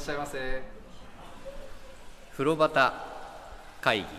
しゃいませ。 風呂端会議。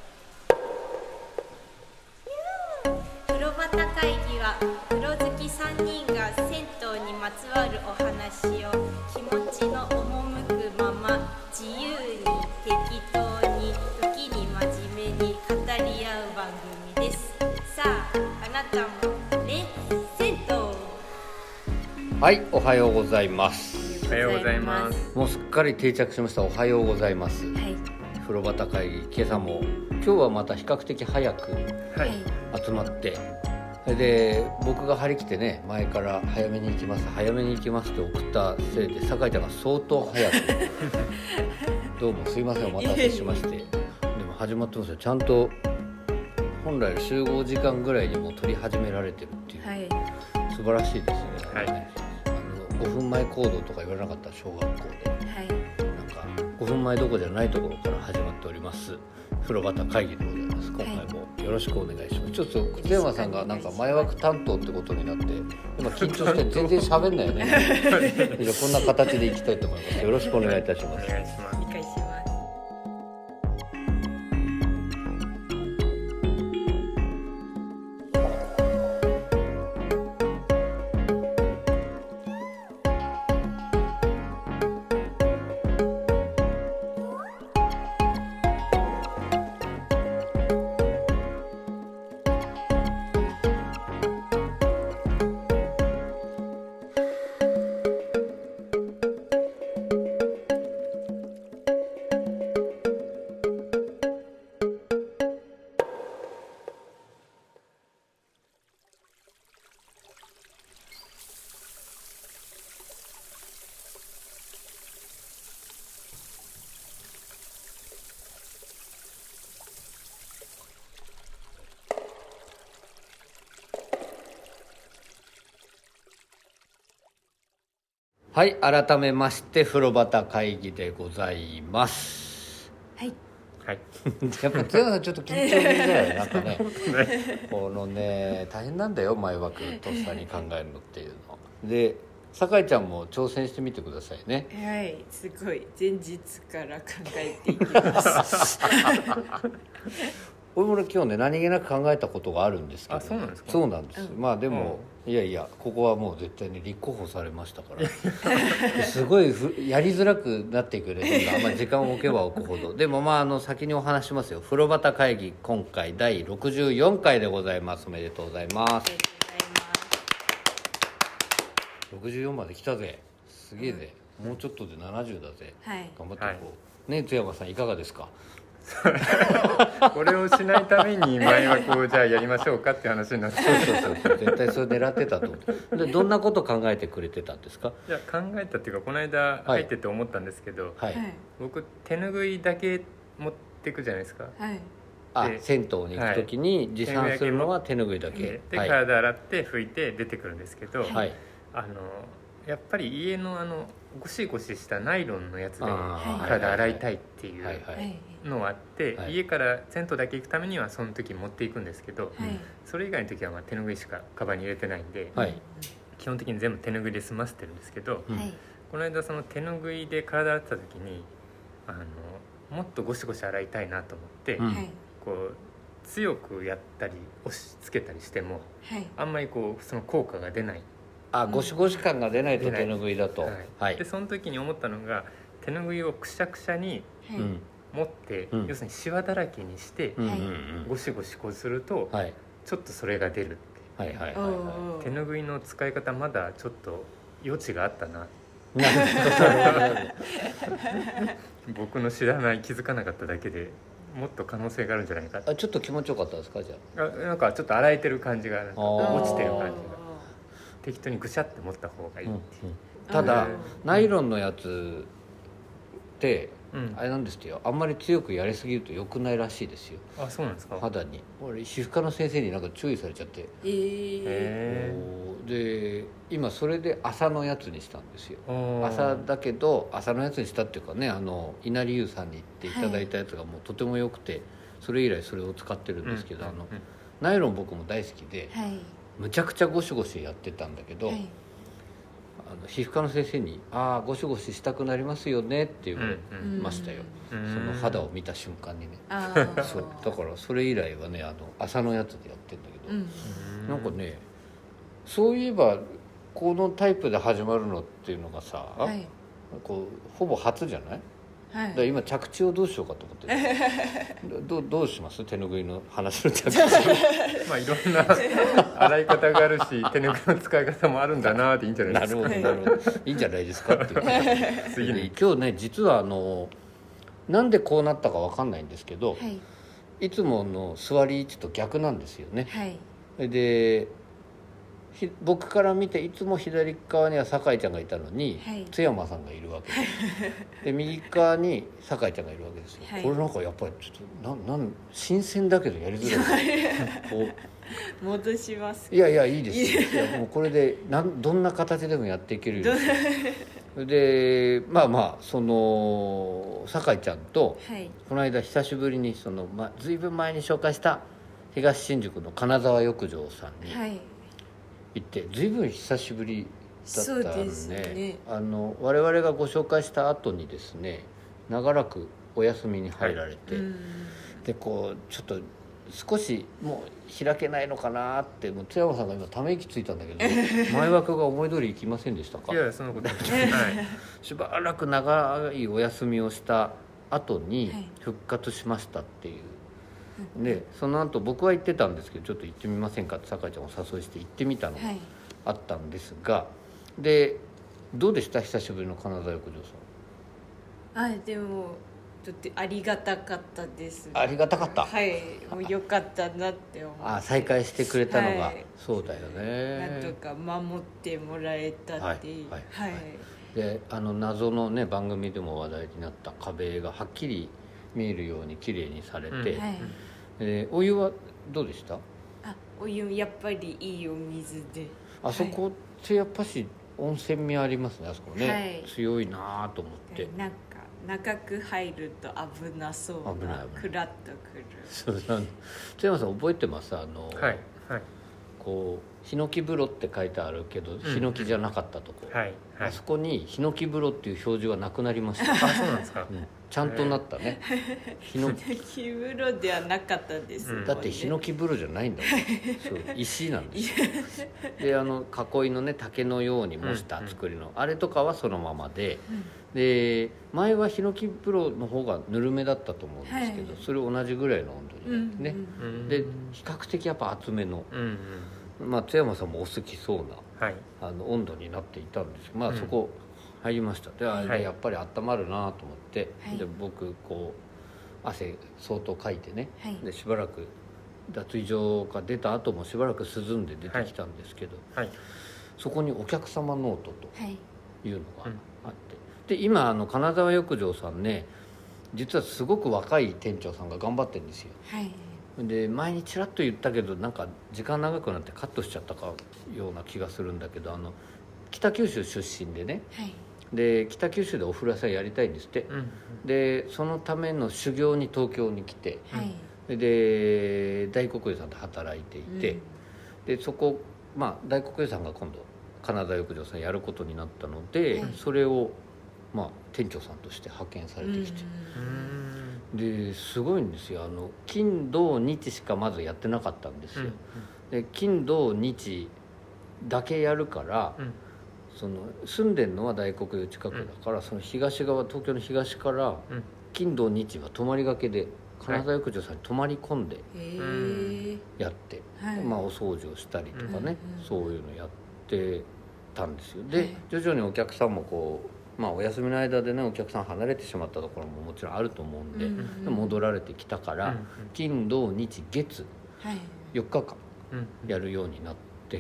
風呂端会議は風呂好き3人が銭湯にまつわるお話を気持ちの赴くまま自由に適当に時に真面目に語り合う番組です。さあ、あなたもね、銭湯。 はい、おはようございます。 おはようございます。 もうすっかり定着しました。おはようございます。 はい、 風呂端会議、今朝も今日はまた比較的早くはい、 集まって、で僕が張り切ってね、前から早めに行きますって送ったせいで酒井ちゃんが相当早くどうもすいません、お待たせしましてでも始まってますよ。ちゃんと本来集合時間ぐらいにもう撮り始められてるっていう、 はい、 素晴らしいですね。 はい、 5分前行動とか言われなかった？小学校ではい、 なんか5分前どころじゃないところから始まっております風呂端会議でございます。今回もよろしくお願いします。ちょっと久山さんがなんか前枠担当ってことになって今緊張して全然喋んないよねじゃあこんな形でいきたいと思います。よろしくお願いいたします。 お願いします。 理解します。 はい、改めまして風呂端会議でございますはい、 はい、 やっぱ津山さんちょっと緊張気味だよなんかねこのね大変なんだよ、前枠とっさに考えるのっていうので、酒井ちゃんも挑戦してみてくださいね。 はい、すごい前日から考えていきます俺もね今日ね何気なく考えたことがあるんですけど、 あ、そうなんですか。 そうなんです、まあでも、いやいやここはもう絶対に立候補されましたからすごいやりづらくなっていくね、あんまり時間を置けば置くほどでもまあ先にお話しますよ。風呂端会議今回第64回でございます。おめでとうございます。64まで来たぜ、すげえぜ、もうちょっとで70だぜ、 はい、 頑張っていこう、ね。津山さんいかがですか？ これをしないために前枠をじゃあやりましょうかって話になってそう絶対それ狙ってたと思う。でどんなこと考えてくれてたんですか？ いや、考えたっていうかこの間入ってて思ったんですけど、 はい、 僕手ぬぐいだけ持ってくじゃないですか。 はい、 あ、 で銭湯に行くときに持参するのは手ぬぐいだけで、 はい、 体洗って拭いて出てくるんですけど、 はい、 やっぱり家のゴシゴシしたナイロンのやつであー体洗いたいっていうはいはいのがあって、 はい家から銭湯だけ行くためにはその時持っていくんですけど、 はい、 それ以外の時はまあ手ぬぐいしかカバンに入れてないんで、 はい、 基本的に全部手ぬぐいで済ませてるんですけど、 うんはい、 この間その手ぬぐいで体洗ってた時にもっとゴシゴシ洗いたいなと思って、 うんはい、 こう強くやったり押し付けたりしてもはい、 あんまりこうその効果が出ない。 あ、ゴシゴシ感が出ないと手ぬぐいだと、はいでその時に思ったのが、手ぬぐいをくしゃくしゃにはい、 うん持って、 うん要するにシワだらけにして、 うんうんうんゴシゴシこうすると、 はいちょっとそれが出るってはいはいはいおはー手ぬぐいの使い方まだちょっと余地があったな。 いなるほど僕の知らない気づかなかっただけでもっと可能性があるんじゃないか。 あ、ちょっと気持ちよかったですか？じゃなんかちょっと洗えてる感じがなんかあー落ちてる感じが、適当にぐしゃって持った方がいい、 あ、うんうん、ただうんナイロンのやつってうんあれなんですよ、あんまり強くやりすぎると良くないらしいですよ、 あ、そうなんですか。 肌に。俺皮膚科の先生になんか注意されちゃってえで今それで朝のやつにしたんですよ。朝だけど朝のやつにしたっていうかね、稲荷湯さんに行っていただいたやつがもうとても良くて、それ以来それを使ってるんですけど、ナイロン僕も大好きで、 はい、 むちゃくちゃゴシゴシやってたんだけど、 はい、 皮膚科の先生に「ああゴシゴシしたくなりますよね」って言われましたよ、その肌を見た瞬間にね。そうだからそれ以来はね朝のやつでやってんだけど、なんかねそういえばこのタイプで始まるのっていうのがさ、こうほぼ初じゃない？だから今着地をどうしようかと思ってるどうします？手ぬぐいの話の着地まあいろんな洗い方があるし手ぬぐいの使い方もあるんだなっていいんじゃないですか。 なるほどいいんじゃないですかっていう次に今日ね実はなんでこうなったか分かんないんですけど、いつもの座り位置と逆なんですよね。で僕から見ていつも左側には酒井ちゃんがいたのに、津山さんがいるわけですで右側に酒井ちゃんがいるわけですよ、これなんかやっぱりちょっと新鮮だけどやりづらいこう戻しますか。 いやいいですよ。いやもうこれでどんな形でもやっていけるようにでまあその酒井ちゃんと、この間久しぶりにずいぶん前に紹介した東新宿の金沢浴場さんに、行ってずいぶん久しぶりだったんで、我々がご紹介した後にですね長らくお休みに入られて、でこうちょっと少しもう開けないのかなってもう津山さんが今ため息ついたんだけど前枠が思い通りいきませんでしたか？ いやそんなことないしばらく長いお休みをした後に復活しましたっていうでその後僕は行ってたんですけどちょっと行ってみませんかって酒井ちゃんをお誘いして行ってみたのがあったんですが、でどうでした久しぶりの金沢浴場さん？ でもとってありがたかったです。 ありがたかった。 もう良かったなって思って。 再開してくれたのが、そうだよね。 なんとか守ってもらえたっていう。 で謎のね番組でも話題になった壁がはっきり見えるように綺麗にされて、お湯はどうでした？ お湯やっぱりいいお水で。 あそこってやっぱし温泉味ありますねあそこね、強いなと思って。 なんか長く入ると危なそうなクラッとくる。 そう津山さん覚えてます？こうヒノキ風呂って書いてあるけど、ヒノキじゃなかったとこ、あそこにヒノキ風呂っていう表示はなくなりました。 そうなんですか、 ちゃんとなったね。 ヒノキ風呂ではなかったです、 だってヒノキ風呂じゃないんだもんそう石なんですよで囲いのね竹のように模した作りの、あれとかはそのままで、で前はヒノキ風呂の方がぬるめだったと思うんですけど、それ同じぐらいの温度になってね、で比較的やっぱ厚めの、津山さんもお好きそうな、温度になっていたんですけど、そこ入りました。であれやっぱり温まるなと思って、で僕こう汗相当かいてね、でしばらく脱衣所が出た後もしばらく涼んで出てきたんですけど、そこにお客様ノートというのがあって、で今金沢浴場さんね実はすごく若い店長さんが頑張ってるんですよ。で前にちらっと言ったけどなんか時間長くなってカットしちゃったかような気がするんだけど北九州出身でね、で北九州でお風呂屋さんやりたいんですって、でそのための修行に東京に来て、で大黒湯さんで働いていて、でそこ大黒湯さんが今度金沢浴場さんやることになったので、それを店長さんとして派遣されてきて、ですごいんですよ。金土日しかまずやってなかったんですよ、で金土日だけやるから、住んでるのは大黒湯近くだから、その東側東京の東から金土日は泊まりがけで金沢浴場さんに泊まり込んでやって、お掃除をしたりとかね、そういうのやってたんですよ。で徐々にお客さんもこうお休みの間でねお客さん離れてしまったところももちろんあると思うんで、戻られてきたから、金土日月4日間やるようになって、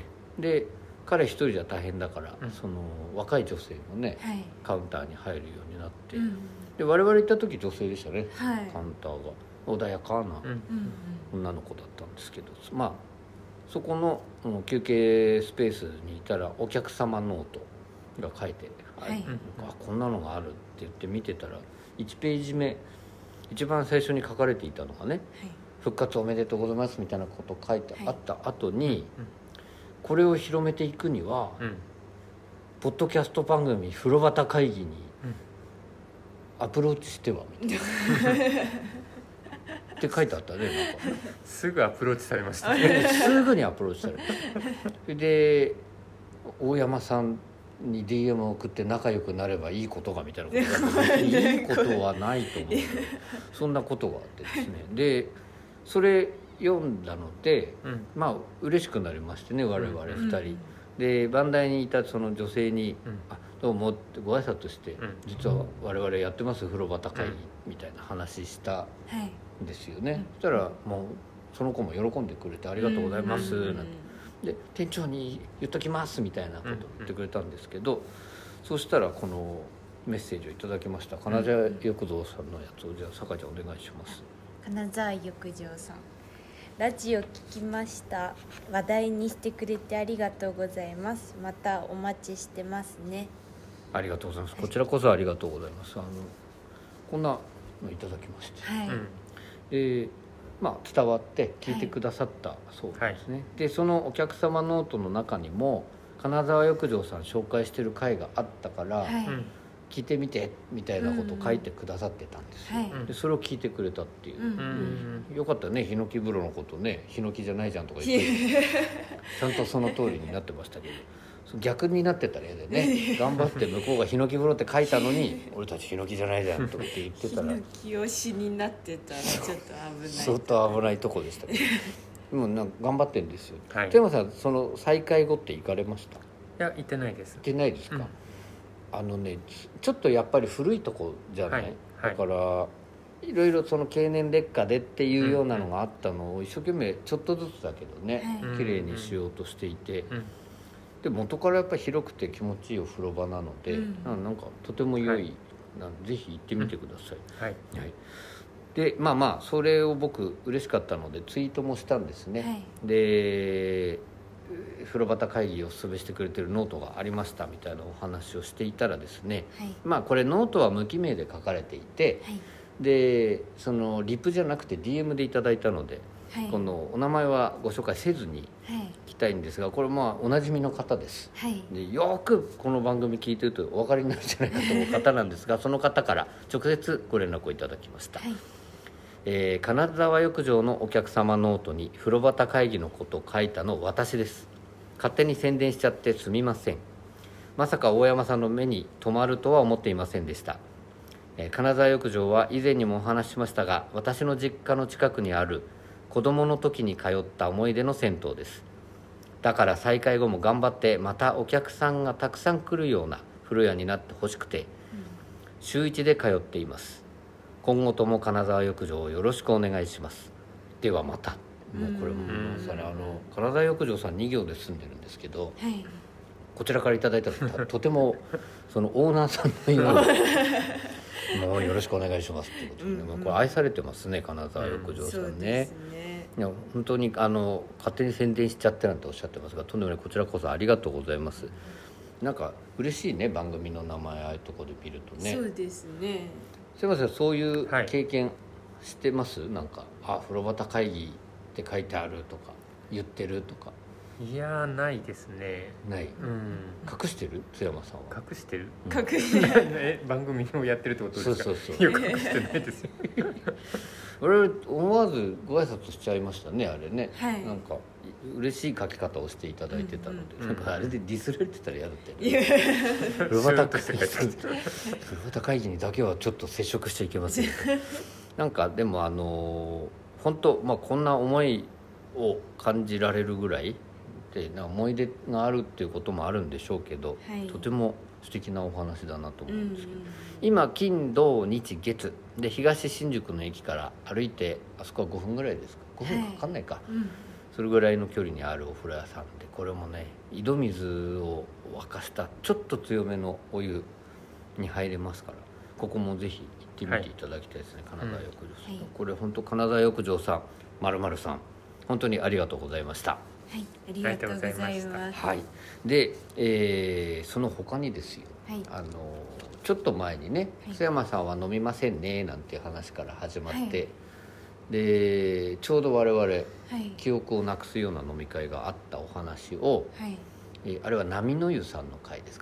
で彼一人じゃ大変だから、その若い女性もね、カウンターに入るようになって、で我々行った時女性でしたね、カウンターが穏やかな女の子だったんですけど、そこの休憩スペースにいたらお客様ノートが書いてこんなのがあるって言って見てたら1ページ目一番最初に書かれていたのがね、復活おめでとうございますみたいなこと書いてあった後に、これを広めていくには、 ポッドキャスト番組風呂旗会議にアプローチしてはみたいなって書いてあったね。なんかすぐアプローチされましたね。 すぐにアプローチされた。それで大山さんに DM を送って仲良くなればいいことがみたいなことがいいことはないと思うけどそんなことがあってですね、でそれ読んだので、まあ嬉しくなりましてね、我々2人、で番台にいたその女性に「あどうも」ってご挨拶して「実は我々やってます風呂旗会議」みたいな話したんですよね。そしたらもうその子も喜んでくれて「ありがとうございます」なんて。で店長に言っときますみたいなことを言ってくれたんですけど、そうしたらこのメッセージをいただきました。金沢浴場さんのやつをじゃあ酒井ちゃんお願いします。 金沢浴場さん、ラジオ聞きました。話題にしてくれてありがとうございます。またお待ちしてますね。 ありがとうございます。こちらこそありがとうございます。こんなのいただきまして、まあ、伝わって聞いてくださったそうですね、でそのお客様ノートの中にも金沢浴場さん紹介してる回があったから、聞いてみてみたいなことを書いてくださってたんですよ、でそれを聞いてくれたっていう、よかったね。ヒノキ風呂のことね、ヒノキじゃないじゃんとか言ってちゃんとその通りになってましたけど、逆になってたら嫌でね、頑張って向こうがヒノキ風呂って書いたのに俺たちヒノキじゃないじゃんとかって言ってたらヒノキ推しになってたらちょっと危ない相当危ないとこでしたけどでもなんか頑張ってるんですよ。 はい、 富山さんその再開後って行かれました？ いや行ってないです。 行ってないですか？ちょっとやっぱり古いとこじゃない、だからいろいろその経年劣化でっていうようなのがあったのを一生懸命ちょっとずつだけどね、綺麗にしようとしていて、で元からやっぱり広くて気持ちいいお風呂場なので、なんかとても良い、ぜひ行ってみてください。でまあそれを僕嬉しかったのでツイートもしたんですね、で風呂旗会議をお勧めしてくれてるノートがありましたみたいなお話をしていたらですね、まあこれノートは無記名で書かれていて、でそのリプじゃなくて DM でいただいたので、このお名前はご紹介せずにいきたいんですが、これまあおなじみの方です、でよくこの番組聞いてるとお分かりになるんじゃないかと思う方なんですがその方から直接ご連絡をいただきました、金沢浴場のお客様ノートに風呂旗会議のことを書いたの私です。勝手に宣伝しちゃってすみません。まさか大山さんの目に留まるとは思っていませんでした。金沢浴場は以前にもお話ししましたが、私の実家の近くにある子供の時に通った思い出の銭湯です。だから再開後も頑張ってまたお客さんがたくさん来るような風呂屋になってほしくて、週1で通っています。今後とも金沢浴場をよろしくお願いします。ではまた。もうこれもまさに金沢浴場さん2行で住んでるんですけど、こちらからいただいたらとてもそのオーナーさんのようにもうよろしくお願いしますってことで、もうこれ愛されてますね金沢浴場さんね。いや本当に勝手に宣伝しちゃってなんておっしゃってますが、とんでもない、こちらこそありがとうございます。なんか嬉しいね、番組の名前ああいうとこで見るとね。 そうですね。 すいません、そういう経験してます？なんか風呂旗会議って書いてあるとか言ってるとか。 いやないですね。 ない、隠してる？津山さんは隠してる？ 隠して番組をやってるってことですか？ そういや隠してないですよ俺思わずご挨拶しちゃいましたね、あれね、なんか嬉しい書き方をしていただいてたので、なんかあれでディスられてたら嫌だったよね。風呂旗会議にだけはちょっと接触しちゃいけませんなんかでも本当、こんな思いを感じられるぐらいで思い出があるっていうこともあるんでしょうけど、とても素敵なお話だなと思うんですけど、今金土日月で東新宿の駅から歩いてあそこは5分ぐらいですか、5分かかんないか、それぐらいの距離にあるお風呂屋さんで、これもね井戸水を沸かしたちょっと強めのお湯に入れますから、ここもぜひ行ってみていただきたいですね、金沢浴場さん、これ本当金沢浴場さん〇〇さん本当にありがとうございました。 ありがとうございます。 で、その他にですよ、ちょっと前にね、須山さんは飲みませんねなんていう話から始まって、でちょうど我々、記憶をなくすような飲み会があったお話を、あれは波の湯さんの会ですかね、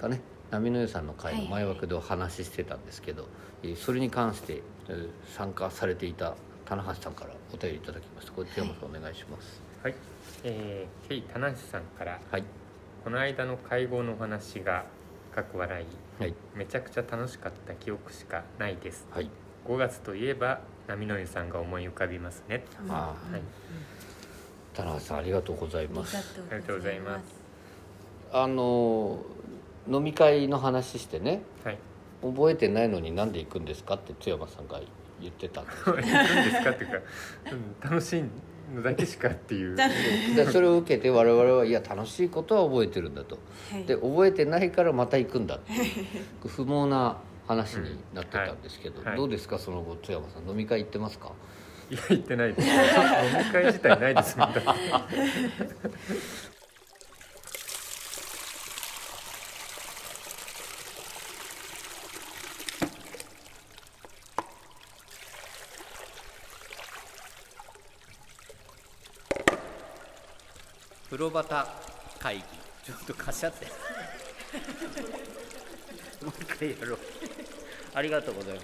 波の湯さんの会の前枠でお話ししてたんですけど、それに関して参加されていた棚橋さんからお便りいただきました。これ津山さんお願いします。 はい、ケイ棚橋さんから、 はい、 この間の会合のお話がかっこ笑い、 はい、 めちゃくちゃ楽しかった記憶しかないです、 はい、 5月といえば波の湯さんが思い浮かびますね。 ああ、はい、棚橋さんありがとうございます。 ありがとうございます。 飲み会の話してね、 はい、 覚えてないのになんで行くんですかって津山さんが言ってたんです行くんですかっていうか、楽しいのだけしかっていうでそれを受けて我々はいや楽しいことは覚えてるんだと、はい、で覚えてないからまた行くんだっていう不毛な話になってたんですけど、どうですかその後津山さん飲み会行ってますか？ いや行ってないです飲み会自体ないですもんだ風呂端会議ちょっとかしゃってもう一回やろうありがとうございます。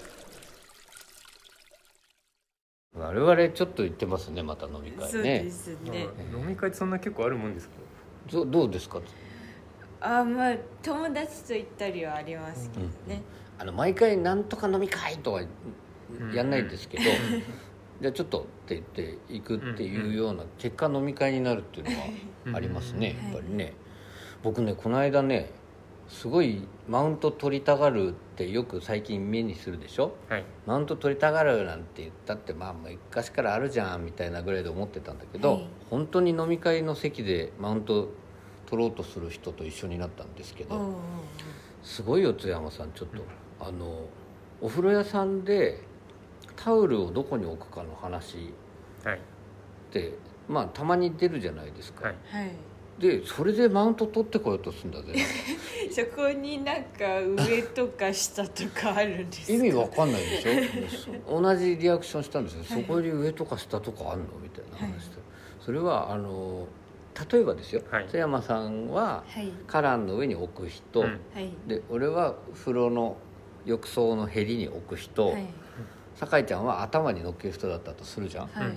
我々ちょっと行ってますねまた飲み会ね。 そうですね、 飲み会ってそんな結構あるもんですか？ どうですか？ まあ友達と行ったりはありますけどね、 毎回なんとか飲み会とはやんないんですけど、じゃあちょっとって言って行くっていうような結果飲み会になるっていうのはありますねやっぱりね。僕ねこの間ねすごいマウント取りたがるってよく最近目にするでしょ、はい、マウント取りたがるなんて言ったってまあ昔からあるじゃんみたいなぐらいで思ってたんだけど、はい、本当に飲み会の席でマウント取ろうとする人と一緒になったんですけど、すごいよ津山さんちょっと、お風呂屋さんでタオルをどこに置くかの話って、はい、まあたまに出るじゃないですか、はい、でそれでマウント取ってこようとするんだぜそこになんか上とか下とかあるんですか？ 意味わかんないでしょ同じリアクションしたんですよ、はい、そこに上とか下とかあんのみたいな話で、はい、それは例えばですよ、はい、津山さんは花壇の上に置く人、はい、で俺は風呂の浴槽のへりに置く人、はい、酒井ちゃんは頭に乗っける人だったとするじゃん、はい、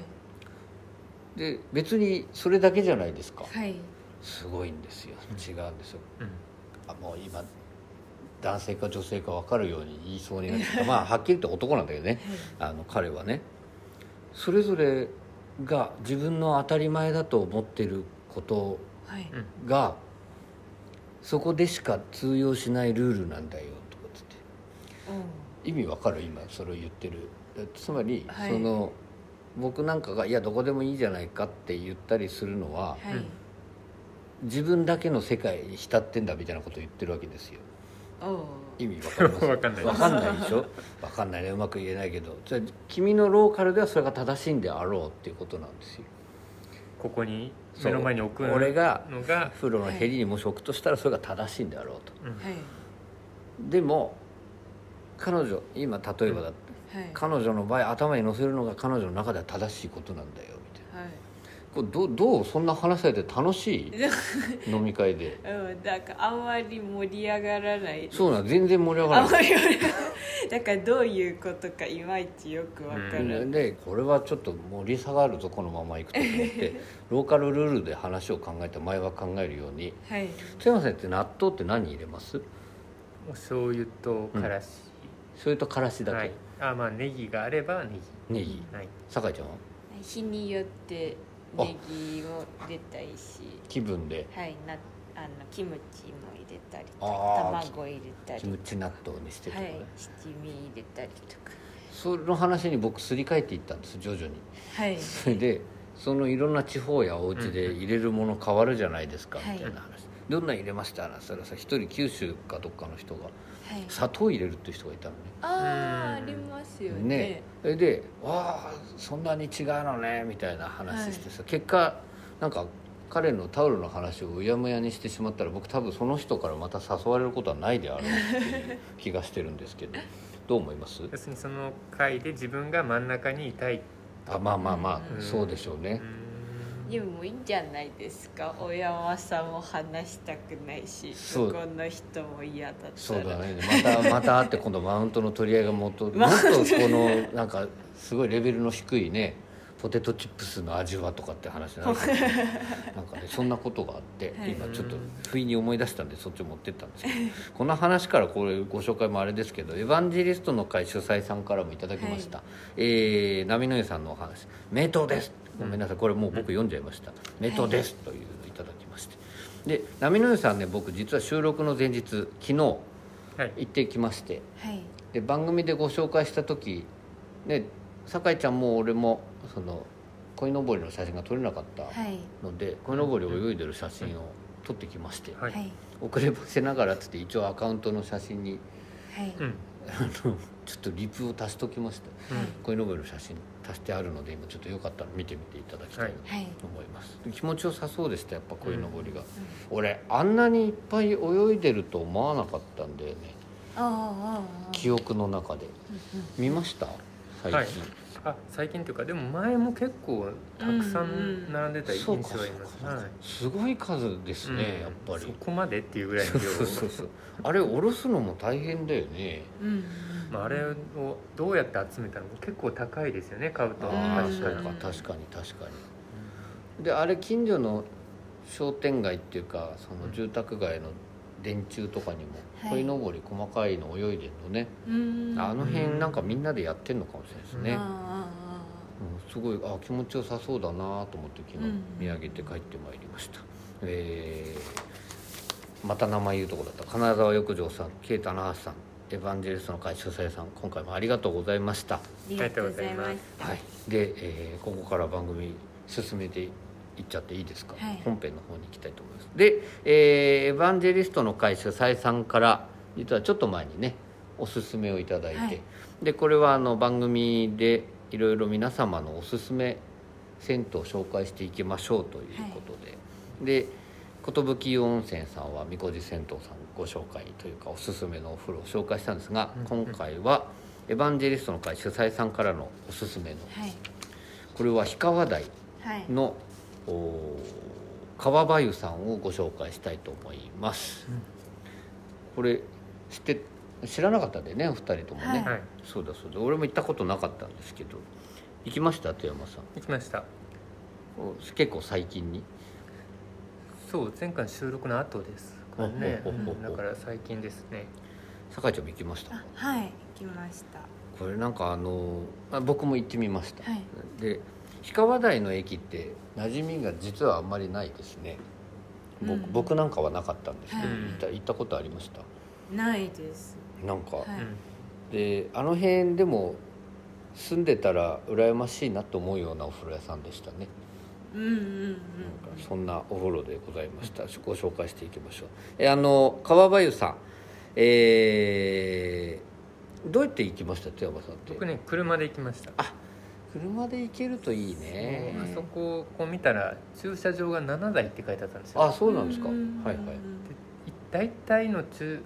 で別にそれだけじゃないですか、はい、すごいんですよ違うんですよ、もう今男性か女性か分かるように言いそうになってまあはっきり言って男なんだけどね、彼はねそれぞれが自分の当たり前だと思ってることが、そこでしか通用しないルールなんだよとかつって、意味わかる今それを言ってるつまり、はい、僕なんかがいやどこでもいいじゃないかって言ったりするのは、はい、自分だけの世界に浸ってんだみたいなことを言ってるわけですよ。意味わかります？ わかんないわかんないでしょわかんないねうまく言えないけど、じゃあ君のローカルではそれが正しいんであろうっていうことなんですよ。 ここに目の前に置くのが俺が風呂のへりにもし置くとしたらそれが正しいんであろうと、でも彼女今例えばだって、彼女の場合頭に乗せるのが彼女の中では正しいことなんだよみたいな、これどうそんな話されて楽しい飲み会でだからあんまり盛り上がらない。 そうな全然盛り上がらないだからどういうことかいまいちよくわからない、 でこれはちょっと盛り下がるぞこのままいくと思ってローカルルールで話を考えた前は考えるように、津山さんって納豆って何入れます？ お醤油とからし、 醤油とからしだけ、 まあネギがあればネギ、酒井ちゃんは？ 日によってネギも入れたいし気分で、 キムチも入れたりとか卵入れたりキムチ納豆にしてとかね、 七味入れたりとか、 その話に僕すり替えていったんです徐々に、それでそのいろんな地方やお家で入れるもの変わるじゃないですか、みたいな話、どんな入れましたらそれさ一人九州かどっかの人が砂糖入れるっていう人がいたのね。 ありますよね。 でそんなに違うのねみたいな話してさ、結果なんか彼のタオルの話をうやむやにしてしまったら僕多分その人からまた誘われることはないであろうっていう気がしてるんですけどどう思います？ 要するにその会で自分が真ん中にいたい。 まあそうでしょうね。 でもいいんじゃないですか。小山さんも話したくないし、 そう向こうの人も嫌だったら。 そうだね。また会って今度マウントの取り合いがもっとこのなんかすごいレベルの低いね、ポテトチップスの味はとかって話になるかもしれないなんかね、そんなことがあって、 はい今ちょっと不意に思い出したんでそっち持ってったんですけど、この話からこれご紹介もあれですけど、エヴァンジェリストの会主催さんからもいただきました、波の湯さんのお話、名刀です、ごめんなさい、これもう僕読んじゃいました、名刀ですというのをいただきまして、で波の湯さんね、僕実は収録の前日昨日行ってきまして、 はい。 で番組でご紹介した時ね、酒井ちゃんも俺もその鯉のぼりの写真が撮れなかったはい。 ので、鯉のぼりを泳いでる写真を撮ってきまして、 はいはい。 遅ればせながらっつって一応アカウントの写真にはい。 うんちょっとリプを足しときました。鯉のぼりの写真足してあるので、今ちょっとよかったら見てみていただきたいなはい。 と思います、気持ちよさそうでした、やっぱ鯉のぼりが、俺あんなにいっぱい泳いでると思わなかったんだよね、 ああ。 記憶の中で。見ました最近、 はい最近というか、でも前も結構たくさん並んでた印象そうかがあります、 そうかはいすごい数ですね、 うんやっぱりそこまでっていうぐらいの量そうあれ下ろすのも大変だよね。 うん。 まあ、あれをどうやって集めたのも結構高いですよね、買うと。 ああ、 うんそうか、確かに確かに。であれ近所の商店街っていうか、その住宅街の電柱とかにもはい鯉のぼり細かいの泳いでるのね、 うん。 あの辺なんかみんなでやってんのかもしれないですね、 あすごい気持ちよさそうだなと思って昨日うん見上げて帰ってまいりました、また名前言うとこだった。金沢浴場さん、ケイタナハさん、エヴァンジェリストの会主催さん、今回もありがとうございました。 ありがとうございます。 はい、で、ここから番組進めていっちゃっていいですか、 はい本編の方に行きたいと思います。で、エヴァンジェリストの会主催さんから実はちょっと前にねおすすめをいただいて、 はいでこれは番組でいろいろ皆様のおすすめ銭湯を紹介していきましょうということで、で寿温泉さんはみこじ銭湯さんご紹介というかおすすめのお風呂を紹介したんですが、今回はエヴァンジェリストの会主催さんからのおすすめの、 はい。 これは氷川台はい。 の川場湯さんをご紹介したいと思います、これ知らなかったんでねお二人ともね、 はいはいそうだそうだ、俺も行ったことなかったんですけど、行きました富山さん？ 行きました。 結構最近に？ そう前回収録の後ですからね、 ほうほうほうほうだから最近ですね。 酒井ちゃんも行きました？ はい。来ました。 これなんか僕も行ってみました、 はい。 で氷川台の駅って馴染みが実はあんまりないですね、僕なんかはなかったんですけど、 はい行ったことありました？ ないです。 なんか、 はい。 であの辺でも住んでたら羨ましいなと思うようなお風呂屋さんでしたね。 うんうんうん。 なんかそんなお風呂でございました。ご紹介していきましょう。川場湯さん、どうやって行きました富山さんって？ 僕ね車で行きました。 車で行けるといいね。 あそこをこう見たら駐車場が7台って書いてあったんですよ。 そうなんですか。はいはい。 大体の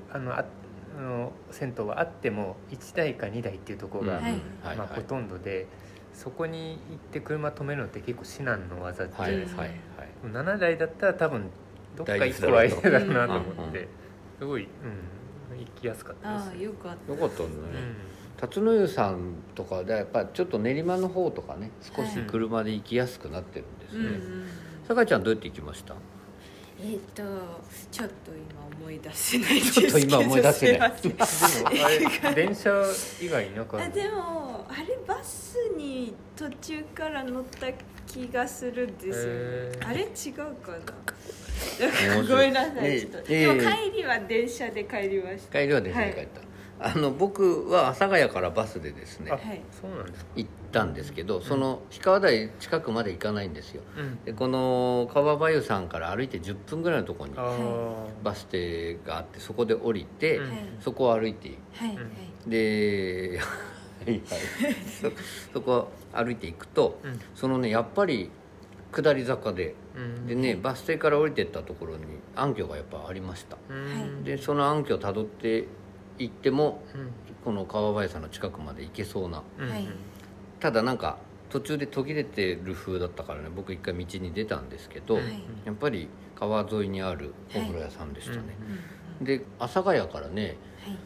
銭湯はあっても1台か2台っていうところが、 はいはいほとんどで、そこに行って車止めるのって結構至難の技じゃないですか、 はい 7台だったら多分どっか1個空いてたなと思って、すごい、行きやすかったですああ、よかった。 よかったね。辰野湯さんとかでやっぱちょっと練馬の方とかね少し車で行きやすくなってるんですね。酒井ちゃんどうやって行きました？ ちょっと今思い出せないですけど。 ちょっと今思い出せないすいませんでもあれ電車以外なんかでもあれバスに途中から乗った気がするんですよね。あれ違うかな。ごめんなさい、ちょっと。でも帰りは電車で帰りました。 帰りは電車で帰った。僕は阿佐ヶ谷からバスでですね、 そうなんですか。 行ったんですけど、その氷川台近くまで行かないんですよ。 うんでこの川場湯さんから歩いて10分ぐらいのところにあバス停があって、そこで降りて、 うんそこを歩いていく。 はいはいではいはいそこを歩いていくと、 うんそのねやっぱり下り坂で、 うんでねバス停から降りてったところに暗渠がやっぱありました。 うんでその暗渠をたどって行ってもうんこの川場屋さんの近くまで行けそうな、 うんはいただなんか途中で途切れてる風だったからね、僕一回道に出たんですけど、 はいやっぱり川沿いにあるお風呂屋さんでしたね、 うんで阿佐ヶ谷からねはい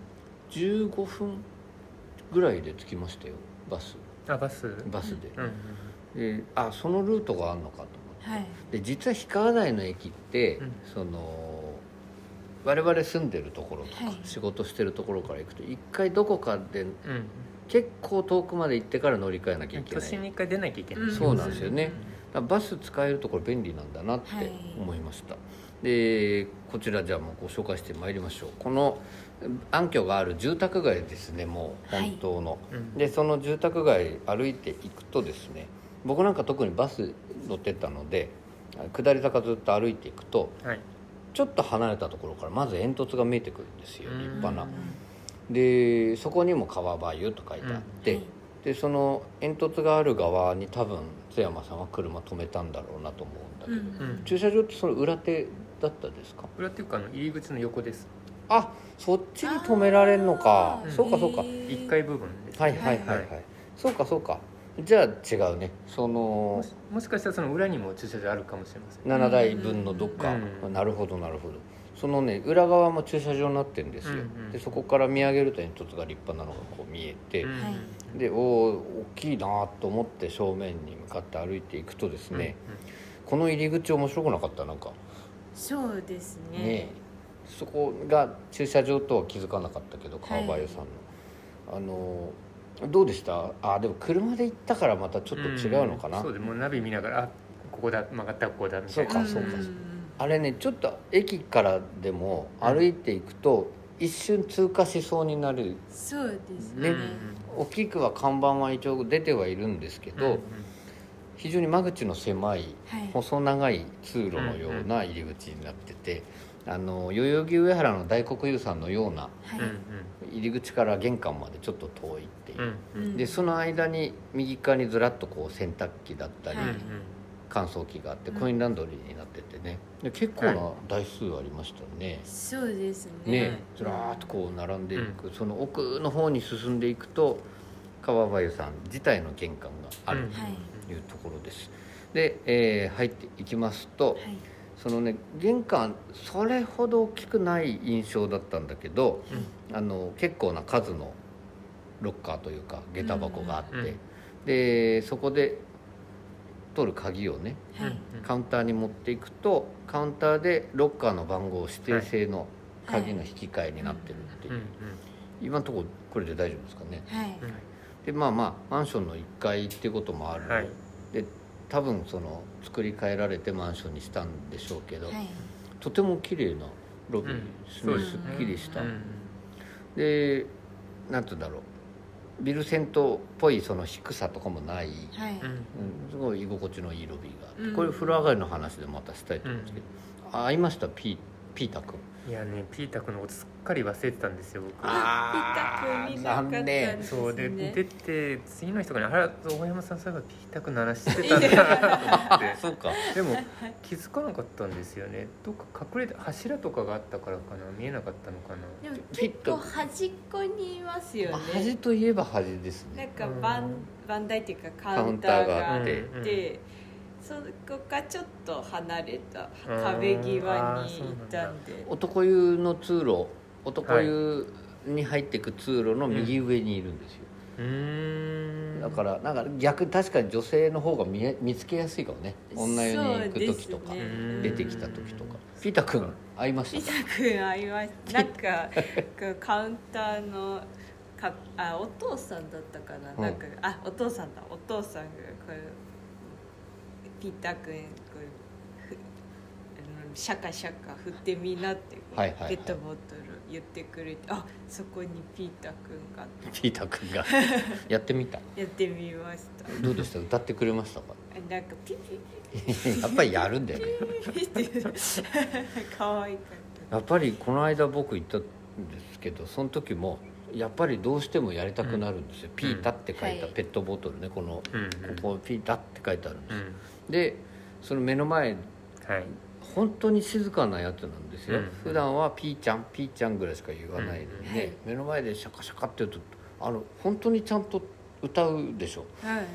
15分ぐらいで着きましたよ、バスバスで、 うんでそのルートがあるのかと思って、 はいで実は氷川台の駅って、 うんその我々住んでるところとか、 はい仕事してるところから行くと一回どこかでうん結構遠くまで行ってから乗り換えなきゃいけ都ない、 心に一回出なきゃいけない、 うんそうなんですよね、だからバス使えるところ便利なんだなって思いました、でこちらじゃあもうご紹介してまいりましょう。この暗渠がある住宅街ですね、もう本当の、 うんでその住宅街歩いていくとですね、僕なんか特にバス乗ってたので下り坂ずっと歩いていくとはいちょっと離れたところからまず煙突が見えてくるんですよ、 うん立派な。でそこにも川場湯と書いてあって、 うんでその煙突がある側に多分津山さんは車止めたんだろうなと思うんだけど、 うん駐車場ってその裏手だったですか？ 裏っていうか入り口の横です。 あ、そっちに止められるのか、 あーそうかそうか、 1階部分です、ね、 はいはいはいはい、そうかそうか、じゃあ違うね、そのもしかしたらその裏にも駐車場あるかもしれません。 7台分のどっか、 うんなるほどなるほど、そのね裏側も駐車場になってるんですよ、 うんうんでそこから見上げると煙突が立派なのがこう見えて、 うんはいで大きいなと思って正面に向かって歩いていくとですね、この入り口面白くなかった？なんかそうですねね、そこが駐車場とは気づかなかったけど、川場屋さんの、どうでした？でも車で行ったからまたちょっと違うのかな、 そうでもうナビ見ながらここだ曲がったここだみたいな。 そうかんあれねちょっと駅からでも歩いていくと一瞬通過しそうになる、 そうですねね大きくは看板は一応出てはいるんですけど、非常に間口の狭いはい細長い通路のような入り口になってて、代々木上原の大黒湯さんのようなはい入り口から玄関までちょっと遠いっていう、 うんでその間に右側にずらっとこう洗濯機だったり、 はい乾燥機があってうんコインランドリーになっててね、で結構な台数ありましたね、 そうですねねずらーっとこう並んでいく、その奥の方に進んでいくと川場湯さん自体の玄関があるはいというところです。で、入っていきますと、 はいそのね玄関それほど大きくない印象だったんだけど、結構な数のロッカーというか下駄箱があって、 うんでそこで取る鍵をねはいカウンターに持っていくとカウンターでロッカーの番号指定制の鍵の引き換えになってるっていう、今のところこれで大丈夫ですかね。 はいでまあマンションの1階っていうこともある、 はいで多分その作り変えられてマンションにしたんでしょうけど、 はいとても綺麗なロビーですね、 そうですすっきりした、 うんでなんて言うんだろう、ビルセントっぽいその低さとかもない、 はいすごい居心地のいいロビーがあって、 うんこれ風呂上がりの話でまたしたいと思うんですけど、会いましたピータ君。 いやねピータ君のことすっかり忘れてたんですよ僕。 あピータ君見なかったんですねそうで出て次の日とかに大山さんそういえばピータ君の話してたんだなと思ってそうかでも気づかなかったんですよね。どっか隠れて柱とかがあったからかな、見えなかったのかな。 でも結構端っこにいますよね端といえば端ですなんね。 か番台っていうかカカウンターウンターがあっがあってて、そこがちょっと離れた壁際にいたんで男湯の通路、男湯に入っていく通路の右上にいるんですよ、だからなんか確かに女性の方が見つけやすいかもね、女湯に行く時とか、 そうですね出てきた時とか。ピータ君会いましたピタ君会いましたなんかこうカウンターのお父さんだったかな、なんかお父さんがこうピタ君こうシャカシャカ振ってみなってこうはいはいはいペットボトル言ってくれて、そこにピータ君がピータ君がやってみた。 やってみましたどうでした？歌ってくれましたか？ なんかピピやっぱりやるんだよね。 ピって可愛かっやっぱりこの間僕言ったんですけど、その時もやっぱりどうしてもやりたくなるんですよ、ピータって書いたはいペットボトルね、この、 うんここピータって書いてあるんです、 うんでその目の前はい本当に静かなやつなんですよ、 うん普段はピーちゃんぐらいしか言わないのにね、 うんはい目の前でシャカシャカって言うと本当にちゃんと歌うでしょ。 た。はい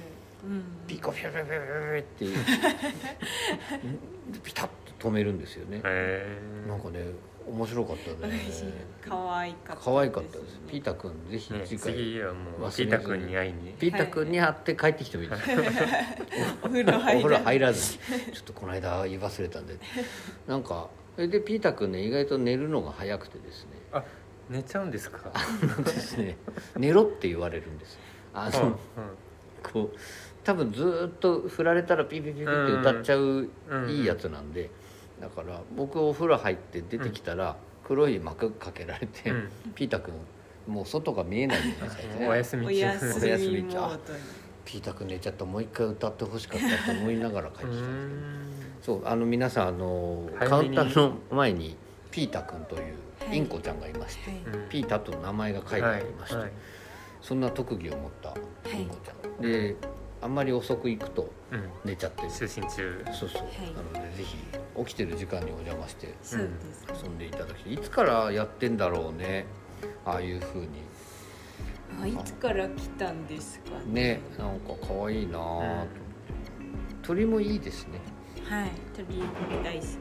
ピコピュピュピュピュっていうピタッと止めるんですよね。なんかね面白かったね。 可愛かったです。ピータ君ぜひ次回、 次はもうピータ君に会いにピータ君に会って帰ってきてもいいですよ。 お風呂入らずにちょっとこの間言い忘れたんでなんかそれでピータ君ね意外と寝るのが早くてですね。 あ、寝ちゃうんですか。 ですね、寝ろって言われるんです。こう多分ずっと振られたらピピピピって歌っちゃういいやつなんで、だから僕お風呂入って出てきたら黒い幕かけられて、ピータ君もう外が見えないじゃないですか。 お休み中。 ピータ君寝ちゃった、もう一回歌ってほしかったと思いながら帰ってきたんですけど、そう皆さんカウンターの前にピータ君というインコちゃんがいまして、ピータと名前が書いてありまして、そんな特技を持ったインコちゃんで、あんまり遅く行くと寝ちゃってる、 就寝中。 そうなのでぜひ起きてる時間にお邪魔して遊んでいただき、いつからやってんだろうね、ああいう風に。 いつから来たんですかね。なんか可愛いなと、鳥もいいですね。 はい、鳥大好きです。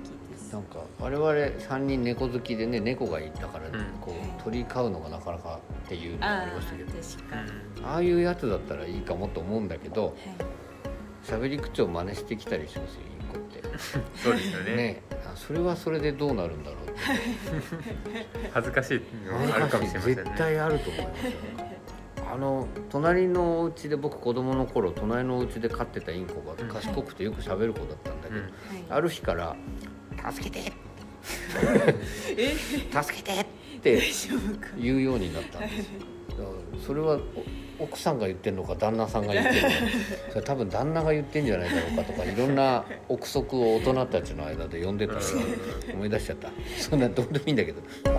なんか我々3人猫好きでね、猫がいたから、こう鳥飼うのがなかなかっていうのがありましたけど、ああいうやつだったらいいかもと思うんだけど、喋り口を真似してきたりしますよ、インコって。 そうですよね。 それはそれでどうなるんだろうって恥ずかしいのあるかもしれませんね。 絶対あると思いますよ。隣のお家で僕子供の頃隣のお家で飼ってたインコが賢くてよく喋る子だったんだけど、ある日から助けて助けてって言うようになったんですよ。それは奥さんが言ってんのか旦那さんが言ってんのか、それ多分旦那が言ってんじゃないだろうかとか、いろんな憶測を大人たちの間で呼んでたら思い出しちゃった。そんなどうでもいいんだけど。